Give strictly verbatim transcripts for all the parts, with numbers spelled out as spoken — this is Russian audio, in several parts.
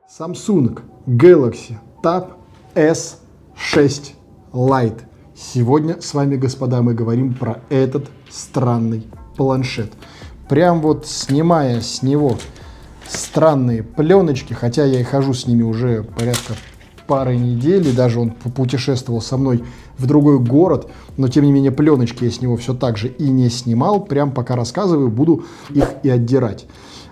Samsung Galaxy Tab эс шесть Lite. Сегодня с вами, господа, мы говорим про этот странный планшет. Прям вот снимая с него странные пленочки, хотя я и хожу с ними уже порядка пары недель, и даже он путешествовал со мной в другой город, но тем не менее пленочки я с него все так же и не снимал. Прям пока рассказываю, буду их и отдирать.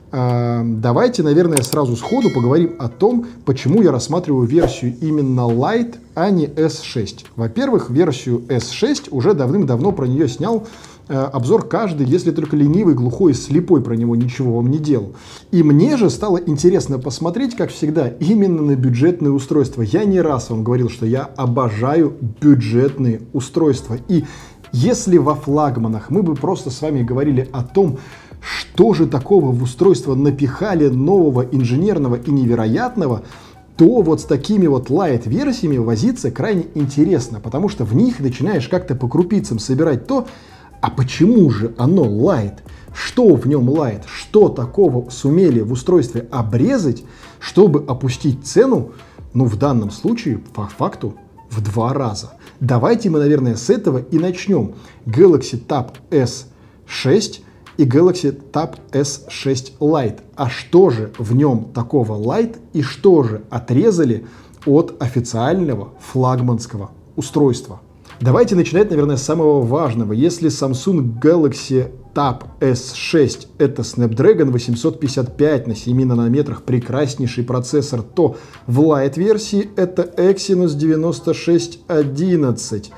Давайте, наверное, сразу сходу поговорим о том, почему я рассматриваю версию именно Lite, а не эс шесть. Во-первых, версию эс шесть уже давным-давно про нее снял э, обзор каждый, если только ленивый, глухой, слепой про него ничего вам не делал. И мне же стало интересно посмотреть, как всегда, именно на бюджетные устройства. Я не раз вам говорил, что я обожаю бюджетные устройства. И если во флагманах мы бы просто с вами говорили о том, что же такого в устройство напихали нового, инженерного и невероятного, то вот с такими вот Lite-версиями возиться крайне интересно, потому что в них начинаешь как-то по крупицам собирать то, а почему же оно Lite? Что в нем Lite? Что такого сумели в устройстве обрезать, чтобы опустить цену, ну в данном случае по факту в два раза. Давайте мы, наверное, с этого и начнем. Galaxy Tab эс шесть и Galaxy Tab эс шесть Lite. А что же в нем такого Lite и что же отрезали от официального флагманского устройства? Давайте начинать, наверное, с самого важного. Если Samsung Galaxy Tab эс шесть это Snapdragon восемьсот пятьдесят пять на семи нанометрах, прекраснейший процессор, то в Lite-версии это Exynos девяносто шесть одиннадцать.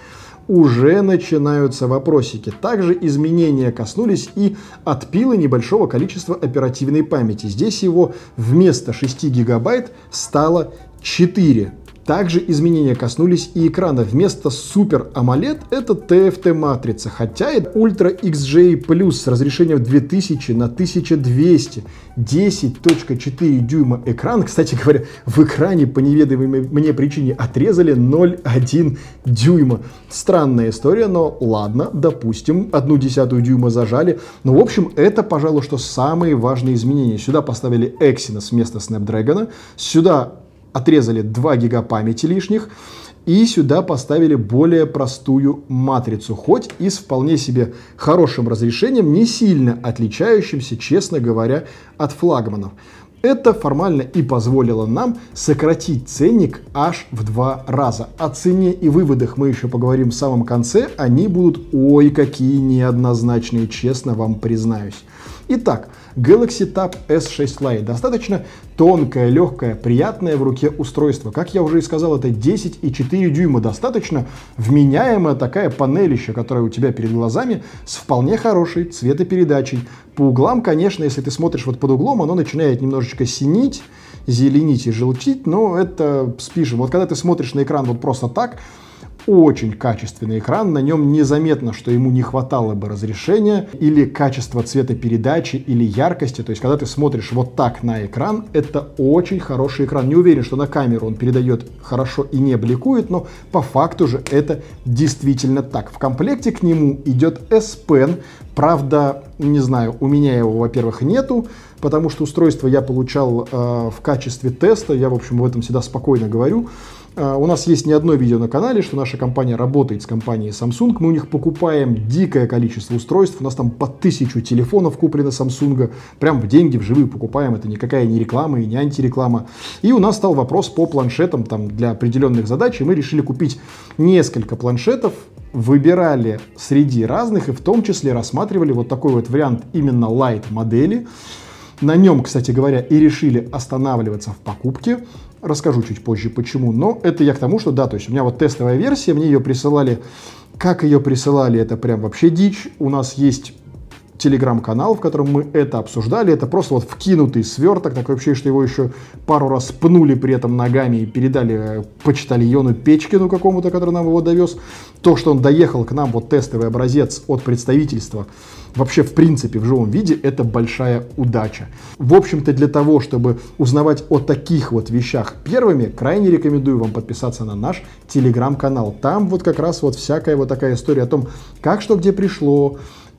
Уже начинаются вопросики. Также изменения коснулись и отпила небольшого количества оперативной памяти. Здесь его вместо шести гигабайт стало четыре. Также изменения коснулись и экрана. Вместо Super AMOLED это тэ эф тэ-матрица, хотя и Ultra икс джей плюс с разрешением две тысячи на тысяча двести, десять точка четыре дюйма экран. Кстати говоря, в экране по неведомой мне причине отрезали ноль целых одна дюйма. Странная история, но ладно, допустим, одну десятую дюйма зажали. Ну, в общем, это, пожалуй, что самые важные изменения. Сюда поставили Exynos вместо Snapdragon, сюда отрезали два гига памяти лишних и сюда поставили более простую матрицу, хоть и с вполне себе хорошим разрешением, не сильно отличающимся, честно говоря, от флагманов. Это формально и позволило нам сократить ценник аж в два раза. О цене и выводах мы еще поговорим в самом конце, они будут ой какие неоднозначные, честно вам признаюсь. Итак, Galaxy Tab эс шесть Lite достаточно тонкое, легкое, приятное в руке устройство. Как я уже и сказал, это десять и четыре дюйма, достаточно вменяемая такая панелища, которая у тебя перед глазами с вполне хорошей цветопередачей. По углам, конечно, если ты смотришь вот под углом, оно начинает немножечко синить, зеленить и желтить, но это спишем. Вот когда ты смотришь на экран вот просто так, очень качественный экран, на нем незаметно, что ему не хватало бы разрешения или качества цветопередачи или яркости. То есть, когда ты смотришь вот так на экран, это очень хороший экран. Не уверен, что на камеру он передает хорошо и не бликует, но по факту же это действительно так. В комплекте к нему идет S Pen. Правда, не знаю, у меня его, во-первых, нету, потому что устройство я получал э, в качестве теста. Я, в общем, в этом всегда спокойно говорю. У нас есть не одно видео на канале, что наша компания работает с компанией Samsung. Мы у них покупаем дикое количество устройств. У нас там по тысячу телефонов куплено Samsung. Прям в деньги, вживую покупаем. Это никакая не реклама и не антиреклама. И у нас стал вопрос по планшетам там, для определенных задач. И мы решили купить несколько планшетов. Выбирали среди разных и в том числе рассматривали вот такой вот вариант именно Lite модели. На нем, кстати говоря, и решили останавливаться в покупке. Расскажу чуть позже почему, но это я к тому, что да, то есть у меня вот тестовая версия, мне ее присылали, как ее присылали, это прям вообще дичь. У нас есть телеграм-канал, в котором мы это обсуждали, это просто вот вкинутый сверток, такое вообще, что его еще пару раз пнули при этом ногами и передали почтальону Печкину какому-то, который нам его довез. То, что он доехал к нам, вот тестовый образец от представительства, вообще в принципе в живом виде, это большая удача. В общем-то, для того, чтобы узнавать о таких вот вещах первыми, крайне рекомендую вам подписаться на наш телеграм-канал. Там вот как раз вот всякая вот такая история о том, как что где пришло,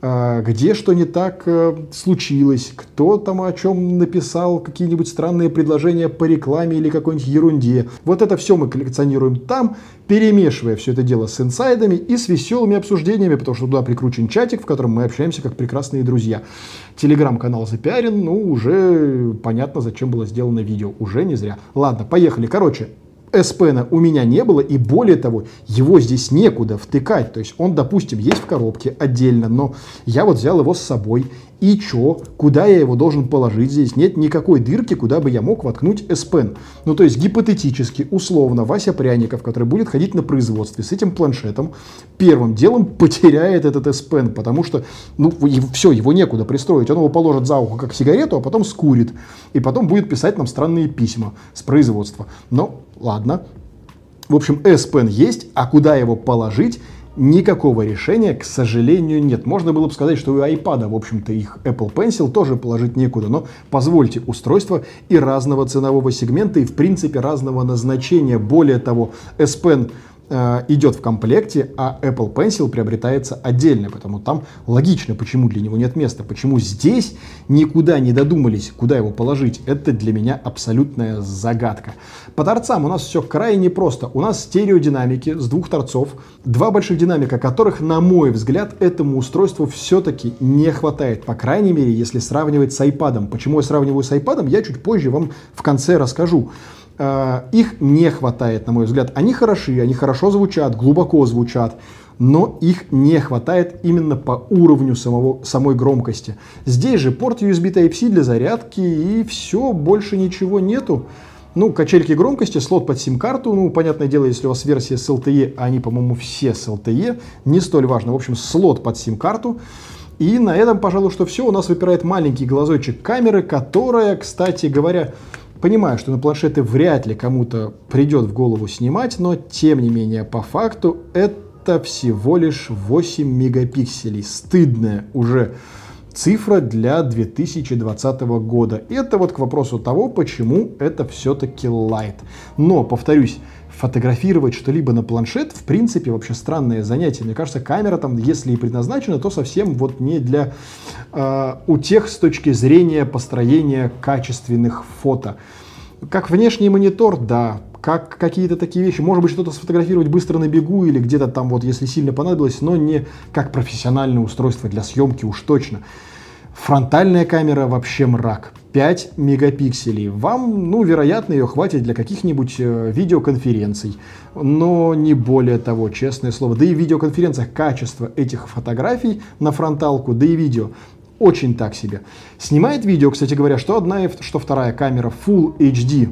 где что не так случилось, кто там о чем написал, какие-нибудь странные предложения по рекламе или какой-нибудь ерунде. Вот это все мы коллекционируем там, перемешивая все это дело с инсайдами и с веселыми обсуждениями, потому что туда прикручен чатик, в котором мы общаемся как прекрасные друзья. Телеграм-канал запиарен, ну, уже понятно, зачем было сделано видео. Уже не зря. Ладно, поехали. Короче, эс пена у меня не было, и более того, его здесь некуда втыкать. То есть он, допустим, есть в коробке отдельно, но я вот взял его с собой. И чё? Куда я его должен положить? Здесь нет никакой дырки, куда бы я мог воткнуть эс пен. Ну, то есть, гипотетически, условно, Вася Пряников, который будет ходить на производстве с этим планшетом, первым делом потеряет этот эс пен, потому что, ну, все, его некуда пристроить. Он его положит за ухо, как сигарету, а потом скурит. И потом будет писать нам странные письма с производства. Но, ладно. В общем, эс пен есть, а куда его положить? Никакого решения, к сожалению, нет. Можно было бы сказать, что у iPad, в общем-то, их Apple Pencil тоже положить некуда, но позвольте, устройство и разного ценового сегмента, и, в принципе, разного назначения. Более того, эс пен э, идет в комплекте, а Apple Pencil приобретается отдельно, поэтому там логично, почему для него нет места, почему здесь никуда не додумались, куда его положить. Это для меня абсолютная загадка. По торцам у нас все крайне просто. У нас стереодинамики с двух торцов, два больших динамика, которых, на мой взгляд, этому устройству все-таки не хватает. По крайней мере, если сравнивать с iPad. Почему я сравниваю с iPad, я чуть позже вам в конце расскажу. Их не хватает, на мой взгляд. Они хороши, они хорошо звучат, глубоко звучат, но их не хватает именно по уровню самого, самой громкости. Здесь же порт ю эс би Type-C для зарядки, и все, больше ничего нету. Ну, качельки громкости, слот под сим-карту, ну, понятное дело, если у вас версия с эл ти и, а они, по-моему, все с эл ти и, не столь важно. В общем, слот под сим-карту. И на этом, пожалуй, что все. У нас выпирает маленький глазочек камеры, которая, кстати говоря, понимаю, что на планшеты вряд ли кому-то придет в голову снимать, но, тем не менее, по факту, это всего лишь восемь мегапикселей. Стыдная уже цифра для две тысячи двадцатого года. И это вот к вопросу того, почему это все-таки Lite. Но, повторюсь, фотографировать что-либо на планшет, в принципе, вообще странное занятие. Мне кажется, камера там, если и предназначена, то совсем вот не для э, утех с точки зрения построения качественных фото. Как внешний монитор, да. Как какие-то такие вещи. Может быть, что-то сфотографировать быстро на бегу или где-то там, вот, если сильно понадобилось, но не как профессиональное устройство для съемки уж точно. Фронтальная камера вообще мрак. пять мегапикселей. Вам, ну, вероятно, ее хватит для каких-нибудь э, видеоконференций. Но не более того, честное слово. Да и в видеоконференциях качество этих фотографий на фронталку, да и видео очень так себе. Снимает видео, кстати говоря, что одна и что вторая камера Full эйч ди.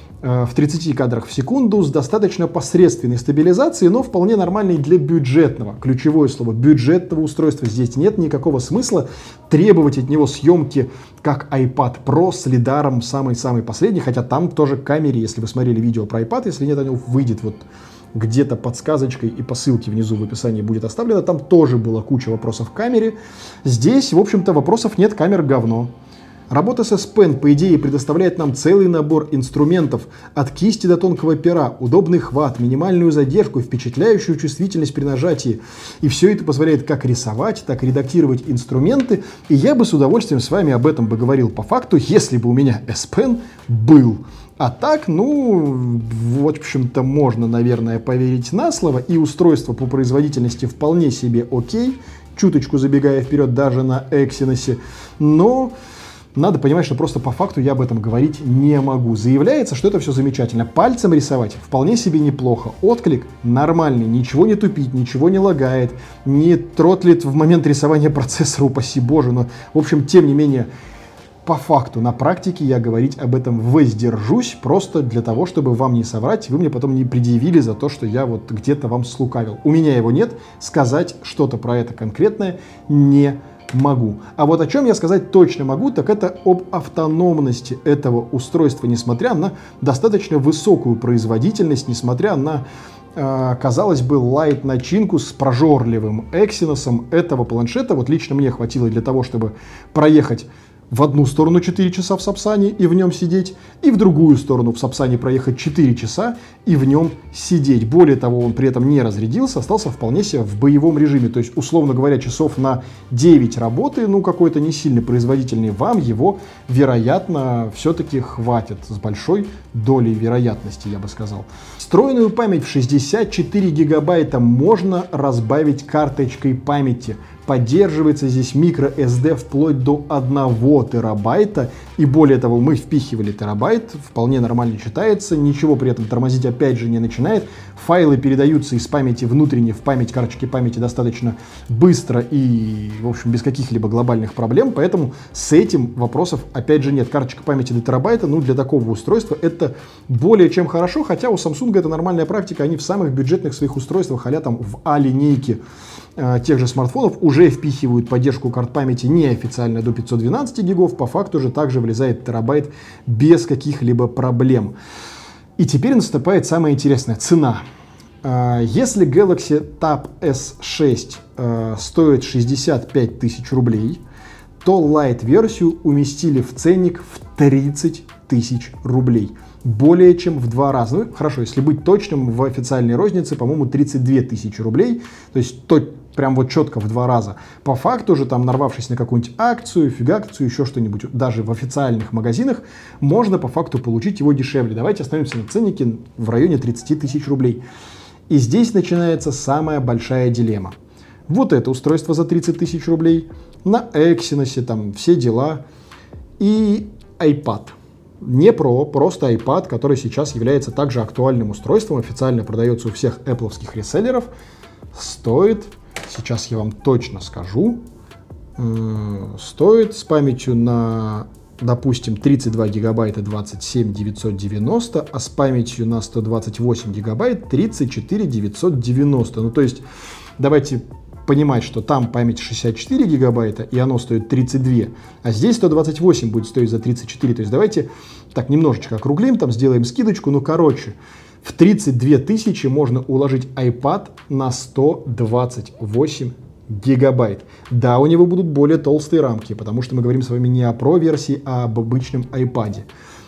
В тридцати кадрах в секунду с достаточно посредственной стабилизацией, но вполне нормальной для бюджетного, ключевое слово, бюджетного устройства. Здесь нет никакого смысла требовать от него съемки как iPad Pro с лидаром самый-самый последний, хотя там тоже к камере, если вы смотрели видео про iPad, если нет, оно выйдет вот где-то подсказочкой и по ссылке внизу в описании будет оставлено, там тоже была куча вопросов к камере. Здесь, в общем-то, вопросов нет, камера говно. Работа с эс пен, по идее, предоставляет нам целый набор инструментов от кисти до тонкого пера, удобный хват, минимальную задержку, впечатляющую чувствительность при нажатии. И все это позволяет как рисовать, так и редактировать инструменты. И я бы с удовольствием с вами об этом бы говорил по факту, если бы у меня эс пен был. А так, ну, в общем-то, можно, наверное, поверить на слово. И устройство по производительности вполне себе окей, чуточку забегая вперед даже на Exynos. Но надо понимать, что просто по факту я об этом говорить не могу. Заявляется, что это все замечательно. Пальцем рисовать вполне себе неплохо. Отклик нормальный, ничего не тупит, ничего не лагает, не тротлит в момент рисования процессора, упаси боже. Но, в общем, тем не менее, по факту, на практике я говорить об этом воздержусь, просто для того, чтобы вам не соврать, вы мне потом не предъявили за то, что я вот где-то вам слукавил. У меня его нет, сказать что-то про это конкретное не могу. А вот о чем я сказать точно могу, так это об автономности этого устройства, несмотря на достаточно высокую производительность, несмотря на, э, казалось бы, Lite начинку с прожорливым Exynos этого планшета. Вот лично мне хватило для того, чтобы проехать в одну сторону четыре часа в Сапсане и в нем сидеть, и в другую сторону в Сапсане проехать четыре часа и в нем сидеть. Более того, он при этом не разрядился, остался вполне себе в боевом режиме. То есть, условно говоря, часов на девять работы, ну, какой-то не сильно производительный, вам его, вероятно, все-таки хватит. С большой долей вероятности, я бы сказал. Встроенную память в шестьдесят четыре гигабайта можно разбавить карточкой памяти. Поддерживается здесь microSD вплоть до одного терабайта. И более того, мы впихивали терабайт, вполне нормально читается, ничего при этом тормозить опять же не начинает. Файлы передаются из памяти внутренней в память карточки памяти достаточно быстро и, в общем, без каких-либо глобальных проблем. Поэтому с этим вопросов опять же нет. Карточка памяти до терабайта, ну, для такого устройства это более чем хорошо. Хотя у Samsung это нормальная практика. Они в самых бюджетных своих устройствах, а там в А-линейке тех же смартфонов уже впихивают поддержку карт памяти неофициально до пятьсот двенадцать гигов, по факту же также влезает терабайт без каких-либо проблем. И теперь наступает самое интересное — цена. Если Galaxy Tab эс шесть стоит шестьдесят пять тысяч рублей, то Lite-версию уместили в ценник в тридцать тысяч рублей. Более чем в два раза. Ну, хорошо, если быть точным, в официальной рознице, по-моему, тридцать две тысячи рублей. То есть, то, прям вот четко в два раза. По факту же, там, нарвавшись на какую-нибудь акцию, фигакцию, еще что-нибудь, даже в официальных магазинах, можно по факту получить его дешевле. Давайте остановимся на ценнике в районе тридцати тысяч рублей. И здесь начинается самая большая дилемма. Вот это устройство за тридцать тысяч рублей, на Exynos, там, все дела, и iPad. Не Pro, просто iPad, который сейчас является также актуальным устройством, официально продается у всех Apple'овских реселлеров, стоит, сейчас я вам точно скажу, э, стоит с памятью на, допустим, тридцать два гигабайта двадцать семь тысяч девятьсот девяносто, а с памятью на сто двадцать восемь гигабайт тридцать четыре тысячи девятьсот девяносто. Ну, то есть, давайте понимать, что там память шестьдесят четыре гигабайта, и оно стоит тридцать два, а здесь сто двадцать восемь будет стоить за тридцать четыре. То есть давайте так немножечко округлим, там сделаем скидочку. Ну, короче, в тридцать две тысячи можно уложить iPad на сто двадцать восемь гигабайт. Да, у него будут более толстые рамки, потому что мы говорим с вами не о Pro-версии, а об обычном iPad.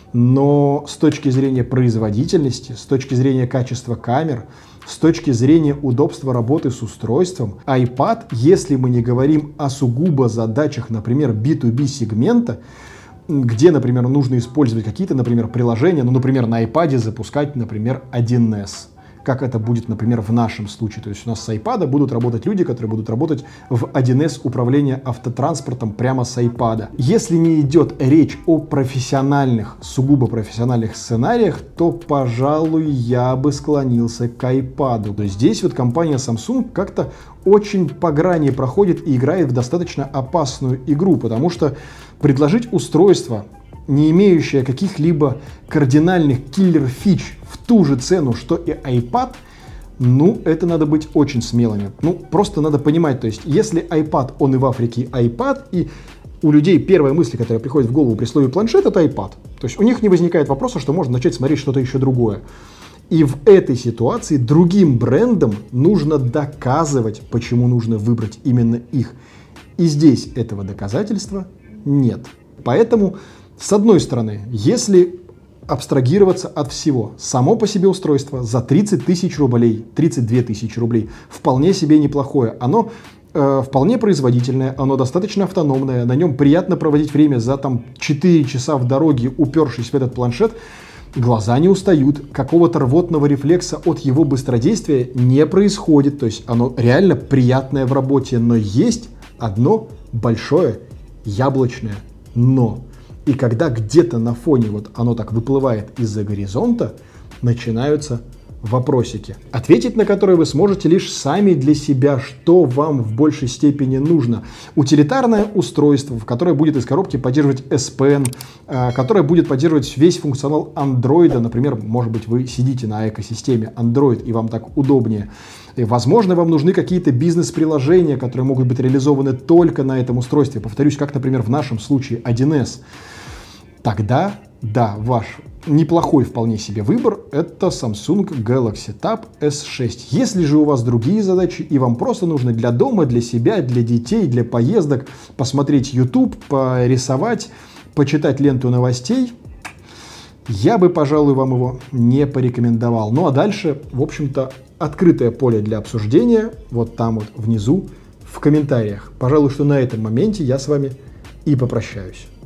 Но с точки зрения производительности, с точки зрения качества камер, с точки зрения удобства работы с устройством, iPad, если мы не говорим о сугубо задачах, например, би ту би сегмента, где, например, нужно использовать какие-то, например, приложения, ну, например, на iPad запускать, например, один эс. Как это будет, например, в нашем случае. То есть у нас с iPad будут работать люди, которые будут работать в один эс управления автотранспортом прямо с iPad. Если не идет речь о профессиональных, сугубо профессиональных сценариях, то, пожалуй, я бы склонился к iPad. То есть здесь вот компания Samsung как-то очень по грани проходит и играет в достаточно опасную игру, потому что предложить устройство, не имеющее каких-либо кардинальных киллер-фич в ту же цену, что и iPad, ну, это надо быть очень смелыми. Ну, просто надо понимать, то есть, если iPad, он и в Африке iPad, и у людей первая мысль, которая приходит в голову при слове планшет, это iPad. То есть, у них не возникает вопроса, что можно начать смотреть что-то еще другое. И в этой ситуации другим брендам нужно доказывать, почему нужно выбрать именно их. И здесь этого доказательства нет. Поэтому, с одной стороны, если абстрагироваться от всего, само по себе устройство за тридцать тысяч рублей, тридцать две тысячи рублей, вполне себе неплохое. Оно э, вполне производительное, оно достаточно автономное, на нем приятно проводить время за там четыре часа в дороге, упершись в этот планшет. Глаза не устают, какого-то рвотного рефлекса от его быстродействия не происходит, то есть оно реально приятное в работе, но есть одно большое яблочное «но». И когда где-то на фоне вот оно так выплывает из-за горизонта, начинаются вопросики, ответить на которые вы сможете лишь сами для себя, что вам в большей степени нужно. Утилитарное устройство, в которое будет из коробки поддерживать эс пи эн, которое будет поддерживать весь функционал Android. Например, может быть, вы сидите на экосистеме Android и вам так удобнее. И, возможно, вам нужны какие-то бизнес-приложения, которые могут быть реализованы только на этом устройстве. Повторюсь, как, например, в нашем случае один эс. Тогда, да, ваш неплохой вполне себе выбор – это Samsung Galaxy Tab эс шесть. Если же у вас другие задачи и вам просто нужно для дома, для себя, для детей, для поездок посмотреть YouTube, порисовать, почитать ленту новостей, я бы, пожалуй, вам его не порекомендовал. Ну а дальше, в общем-то, открытое поле для обсуждения вот там вот внизу в комментариях. Пожалуй, что на этом моменте я с вами и попрощаюсь.